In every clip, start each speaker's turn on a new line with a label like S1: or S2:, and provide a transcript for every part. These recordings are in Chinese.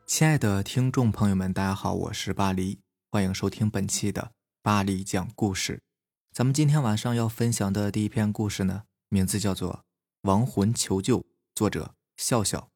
S1: 亲爱的听众朋友们，大家好，我是巴黎，欢迎收听本期的巴黎讲故事。咱们今天晚上要分享的第一篇故事呢，名字叫做《亡魂求救》，作者笑笑。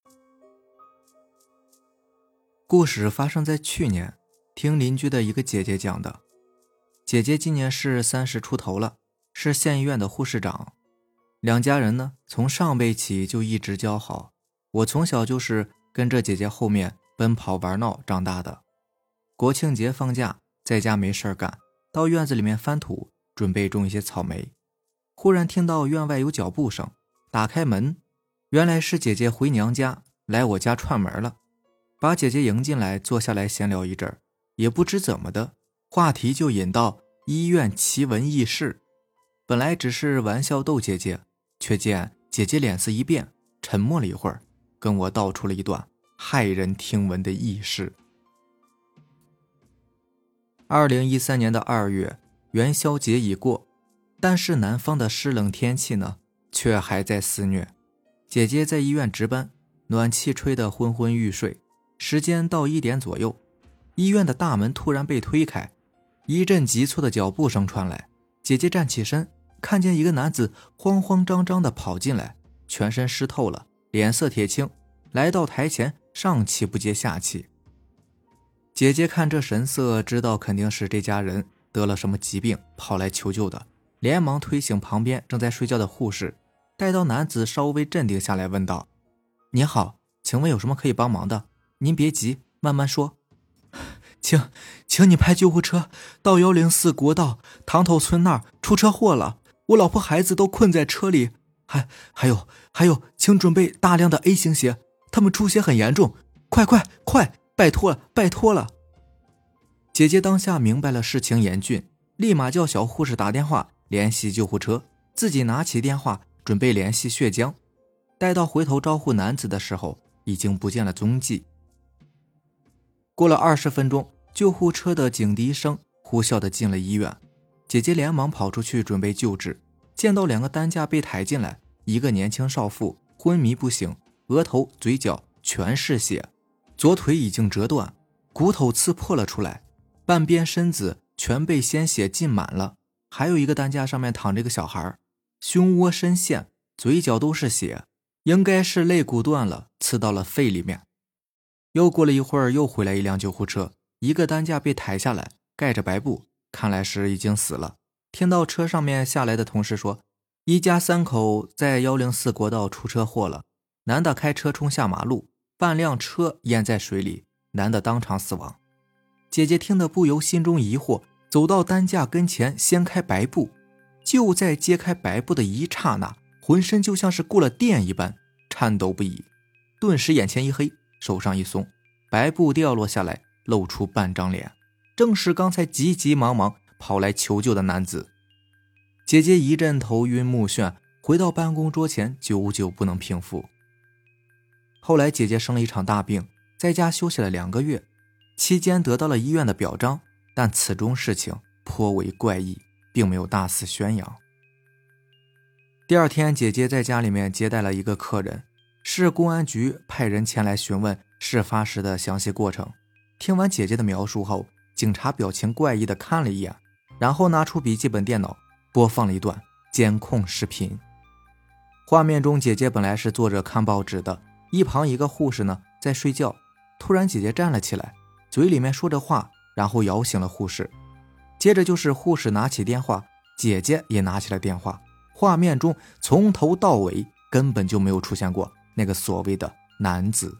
S1: 故事发生在去年，听邻居的一个姐姐讲的。姐姐今年是30出头了，是县医院的护士长。两家人呢，从上辈起就一直交好。我从小就是跟着姐姐后面奔跑玩闹长大的。国庆节放假，在家没事干，到院子里面翻土，准备种一些草莓。忽然听到院外有脚步声，打开门，原来是姐姐回娘家来我家串门了。把姐姐迎进来，坐下来闲聊一阵，也不知怎么的，话题就引到医院奇闻异事。本来只是玩笑逗姐姐，却见姐姐脸色一变，沉默了一会儿，跟我道出了一段骇人听闻的轶事。2013年的2月，元宵节已过，但是南方的湿冷天气呢，却还在肆虐。姐姐在医院值班，暖气吹得昏昏欲睡。时间到1点左右，医院的大门突然被推开，一阵急促的脚步声传来。姐姐站起身，看见一个男子慌慌张张地跑进来，全身湿透了，脸色铁青，来到台前，上气不接下气。姐姐看这神色，知道肯定是这家人得了什么疾病，跑来求救的，连忙推醒旁边正在睡觉的护士，待到男子稍微镇定下来，问道：你好，请问有什么可以帮忙的？您别急，慢慢说。请你派救护车到104国道塘头村那儿，出车祸了，我老婆孩子都困在车里。还有，请准备大量的 A 型血，他们出血很严重，快，拜托了。姐姐当下明白了事情严峻，立马叫小护士打电话联系救护车，自己拿起电话准备联系血浆。待到回头招呼男子的时候，已经不见了踪迹。过了20分钟，救护车的警笛声呼啸地进了医院。姐姐连忙跑出去准备救治，见到2个担架被抬进来，一个年轻少妇昏迷不醒，额头嘴角全是血，左腿已经折断，骨头刺破了出来，半边身子全被鲜血浸满了。还有一个担架上面躺着一个小孩，胸窝深陷，嘴角都是血，应该是肋骨断了，刺到了肺里面。又过了一会儿，又回来一辆救护车，一个担架被抬下来，盖着白布，看来是已经死了。听到车上面下来的同事说，一家3口在104国道出车祸了，男的开车冲下马路，半辆车淹在水里，男的当场死亡。姐姐听得不由心中疑惑，走到担架跟前掀开白布，就在揭开白布的一刹那，浑身就像是过了电一般，颤抖不已，顿时眼前一黑，手上一松，白布掉落下来，露出半张脸，正是刚才急急忙忙跑来求救的男子。姐姐一阵头晕目眩，回到办公桌前，久久不能平复。后来姐姐生了一场大病，在家休息了2个月，期间得到了医院的表彰，但此中事情颇为怪异，并没有大肆宣扬。第2天，姐姐在家里面接待了一个客人，市公安局派人前来询问事发时的详细过程。听完姐姐的描述后，警察表情怪异地看了一眼，然后拿出笔记本电脑播放了一段监控视频。画面中，姐姐本来是坐着看报纸的，一旁一个护士呢在睡觉，突然姐姐站了起来，嘴里面说着话，然后摇醒了护士。接着就是护士拿起电话，姐姐也拿起了电话，画面中从头到尾根本就没有出现过那个所谓的男子。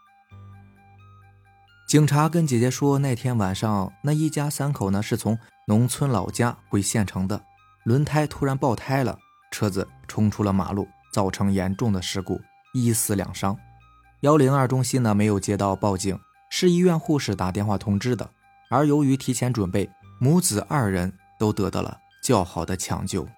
S1: 警察跟姐姐说，那天晚上那一家3口呢是从农村老家回县城的，轮胎突然爆胎了，车子冲出了马路，造成严重的事故，1死2伤。102中心呢没有接到报警，是医院护士打电话通知的，而由于提前准备，母子2人都得到了较好的抢救。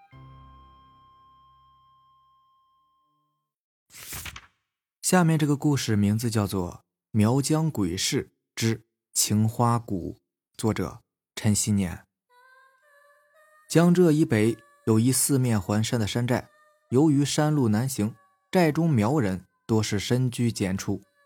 S1: 下面这个故事名字叫做苗疆鬼事之青花谷，作者陈希年。江浙以北有一4面环山的山寨，由于山路难行，寨中苗人多是深居简出。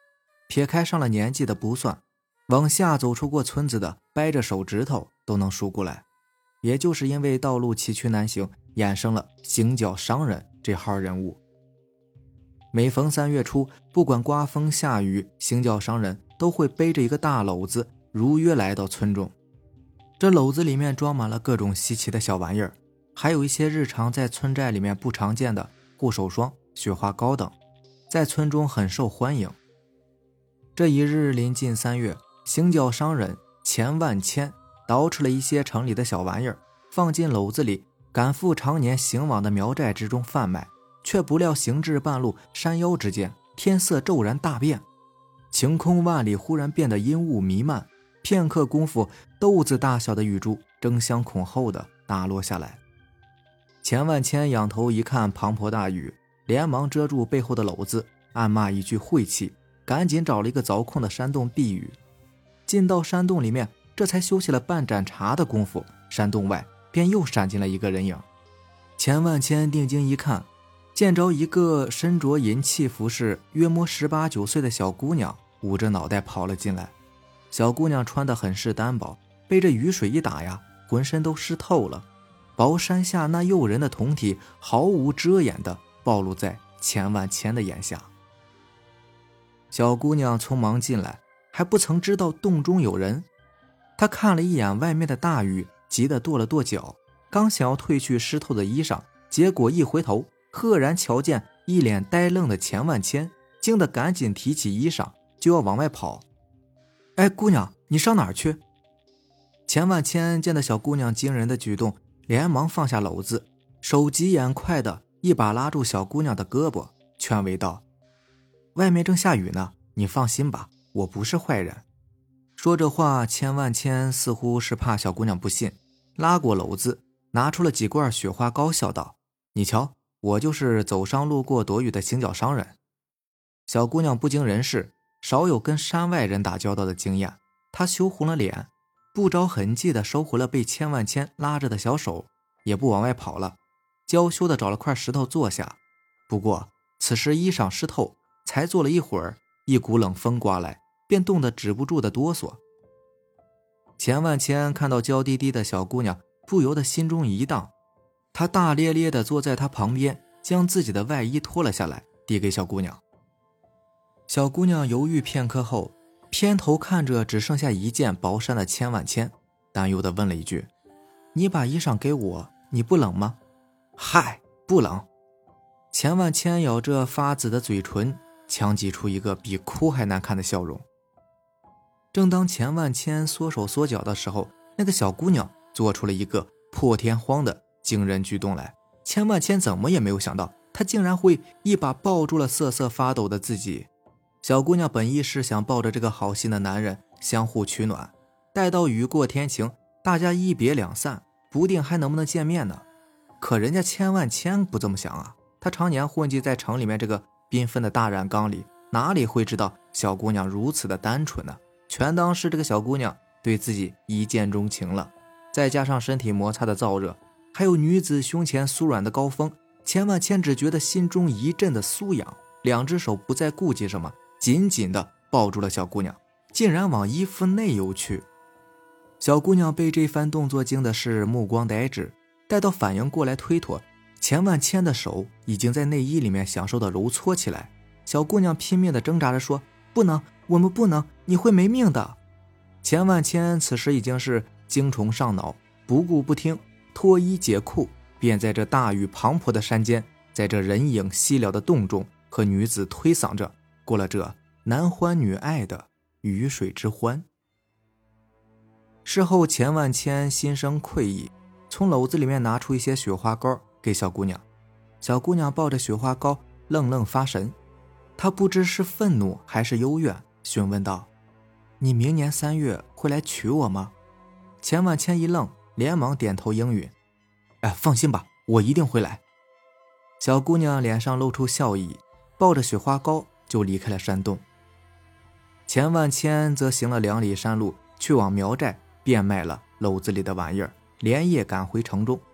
S1: 撇开上了年纪的不算，往下走出过村子的掰着手指头都能数过来。也就是因为道路崎岖难行，衍生了行脚商人这号人物。每逢3月初，不管刮风下雨，行脚商人都会背着一个大篓子如约来到村中。这篓子里面装满了各种稀奇的小玩意儿，还有一些日常在村寨里面不常见的护手霜、雪花膏等，在村中很受欢迎。这一日临近3月，行脚商人钱万千捯饬了一些城里的小玩意儿，放进篓子里，赶赴常年行往的苗寨之中贩卖。却不料行至半路山腰之间，天色骤然大变，晴空万里，忽然变得阴雾弥漫。片刻功夫，豆子大小的雨珠争相恐后的打落下来。钱万千仰头一看滂沱大雨，连忙遮住背后的篓子，暗骂一句晦气，赶紧找了一个凿空的山洞避雨。进到山洞里面，这才休息了半盏茶的功夫，山洞外便又闪进了一个人影。钱万千定睛一看，见着一个身着银器服饰、约摸18、19岁的小姑娘，捂着脑袋跑了进来。小姑娘穿得很是单薄，被这雨水一打呀，浑身都湿透了。薄衫下那诱人的胴体毫无遮掩地暴露在钱万千的眼下。小姑娘匆忙进来，还不曾知道洞中有人。她看了一眼外面的大雨，急得跺了跺脚，刚想要褪去湿透的衣裳，结果一回头，赫然瞧见一脸呆愣的钱万千，惊得赶紧提起衣裳就要往外跑。哎，姑娘，你上哪儿去？钱万千见到小姑娘惊人的举动，连忙放下篓子，手疾眼快的一把拉住小姑娘的胳膊，劝慰道：外面正下雨呢，你放心吧，我不是坏人。说这话，钱万千似乎是怕小姑娘不信，拉过篓子，拿出了几罐雪花膏，笑道：你瞧，我就是走商路过躲雨的行脚商人。小姑娘不经人事，少有跟山外人打交道的经验，她羞红了脸，不着痕迹地收回了被钱万千拉着的小手，也不往外跑了，娇羞地找了块石头坐下。不过此时衣裳湿透，才坐了一会儿，一股冷风刮来，便冻得止不住的哆嗦。钱万千看到娇滴滴的小姑娘，不由得心中一荡，他大咧咧地坐在她旁边，将自己的外衣脱了下来，递给小姑娘。小姑娘犹豫片刻后，偏头看着只剩下一件薄衫的钱万千，担忧地问了一句：你把衣裳给我，你不冷吗？嗨，不冷。钱万千咬着发紫的嘴唇，强挤出一个比哭还难看的笑容。正当钱万千缩手缩脚的时候，那个小姑娘做出了一个破天荒的惊人举动来。钱万千怎么也没有想到，她竟然会一把抱住了瑟瑟发抖的自己。小姑娘本意是想抱着这个好心的男人相互取暖，待到雨过天晴，大家一别两散，不定还能不能见面呢。可人家钱万千不这么想啊，他常年混迹在城里面这个缤纷的大染缸里，哪里会知道小姑娘如此的单纯呢？全当是这个小姑娘对自己一见钟情了。再加上身体摩擦的燥热，还有女子胸前酥软的高峰，钱万千只觉得心中一阵的酥痒，两只手不再顾忌什么，紧紧地抱住了小姑娘，竟然往衣服内游去。小姑娘被这番动作惊的是目光呆滞，待到反应过来推脱，钱万千的手已经在内衣里面享受的揉搓起来。小姑娘拼命地挣扎着说：不能，我们不能，你会没命的。钱万千此时已经是精虫上脑，不顾不听，脱衣解裤，便在这大雨滂沱的山间，在这人影稀寥的洞中，和女子推搡着过了这男欢女爱的鱼水之欢。事后钱万千心生愧意，从篓子里面拿出一些雪花膏给小姑娘。小姑娘抱着雪花膏愣愣发神，她不知是愤怒还是幽怨，询问道：你明年3月会来娶我吗？钱万千一愣，连忙点头应允：放心吧，我一定会来。小姑娘脸上露出笑意，抱着雪花膏就离开了山洞。钱万千则行了2里山路，去往苗寨变卖了篓子里的玩意儿，连夜赶回城中。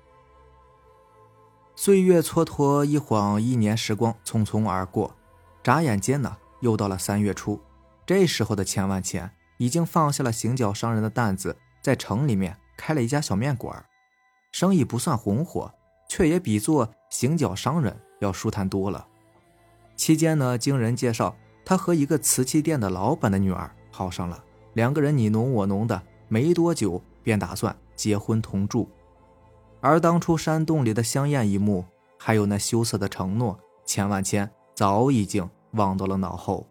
S1: 岁月蹉跎，一晃1年时光匆匆而过，眨眼间呢，又到了3月初。 这时候的钱万钱已经放下了行脚商人的担子，在城里面开了一家小面馆，生意不算红火，却也比做行脚商人要舒坦多了。期间呢，经人介绍，他和一个瓷器店的老板的女儿好上了，两个人你侬我侬的，没多久便打算结婚同住。而当初山洞里的香艳一幕，还有那羞涩的承诺，钱万千早已经忘到了脑后。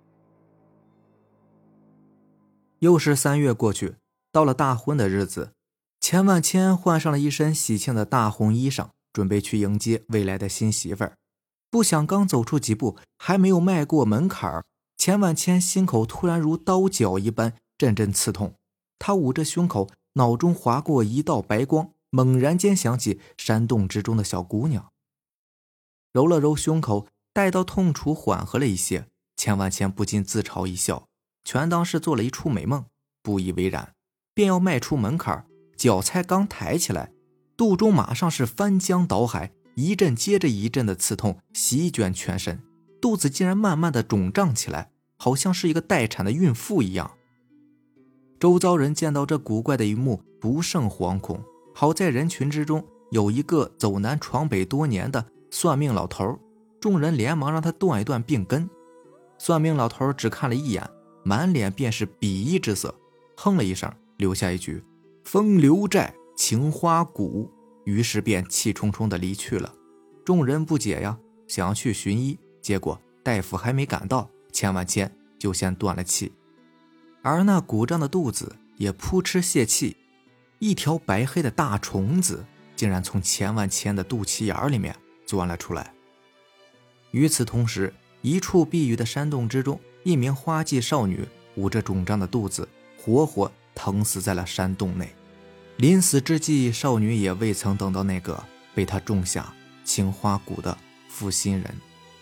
S1: 又是3月过去，到了大婚的日子，钱万千换上了一身喜庆的大红衣裳，准备去迎接未来的新媳妇儿。不想刚走出几步，还没有迈过门槛，钱万千心口突然如刀绞一般阵阵刺痛。他捂着胸口，脑中划过一道白光，猛然间想起山洞之中的小姑娘。揉了揉胸口，待到痛楚缓和了一些，钱万千不禁自嘲一笑，全当是做了一出美梦，不以为然，便要迈出门槛，脚才刚抬起来，肚中马上是翻江倒海，一阵接着一阵的刺痛席卷全身，肚子竟然慢慢的肿胀起来，好像是一个待产的孕妇一样。周遭人见到这古怪的一幕，不胜惶恐。好在人群之中有一个走南闯北多年的算命老头，众人连忙让他断一断病根。算命老头只看了一眼，满脸便是鄙夷之色，哼了一声，留下一句风流债情花骨，于是便气冲冲地离去了。众人不解呀，想要去寻医，结果大夫还没赶到，钱万千就先断了气。而那鼓胀的肚子也扑哧泄气，一条白黑的大虫子竟然从钱万千的肚脐眼里面钻了出来。与此同时，一处避雨的山洞之中，一名花季少女捂着肿胀的肚子，活活疼死在了山洞内。临死之际，少女也未曾等到那个被她种下青花骨的负心人。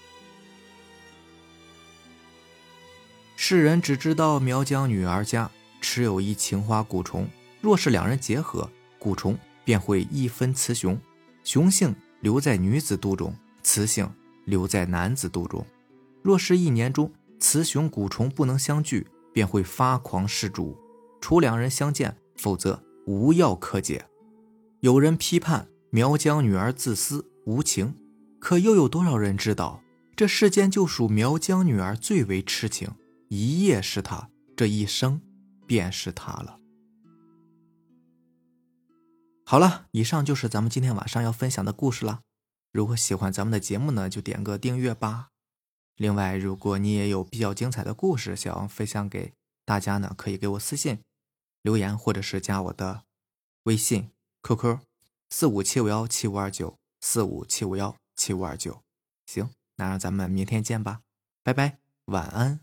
S1: 世人只知道苗疆女儿家持有一青花蛊虫，若是两人结合，蛊虫便会一分雌雄，雄性留在女子肚中，雌性留在男子肚中。若是1年中雌雄蛊虫不能相聚，便会发狂噬主，除两人相见，否则无药可解。有人批判苗疆女儿自私无情，可又有多少人知道，这世间就属苗疆女儿最为痴情，一夜是她，这一生便是她了。好了，以上就是咱们今天晚上要分享的故事了。如果喜欢咱们的节目呢，就点个订阅吧。另外，如果你也有比较精彩的故事想要分享给大家呢，可以给我私信留言，或者是加我的微信 QQ 45751529 45751529。行，那让咱们明天见吧，拜拜，晚安。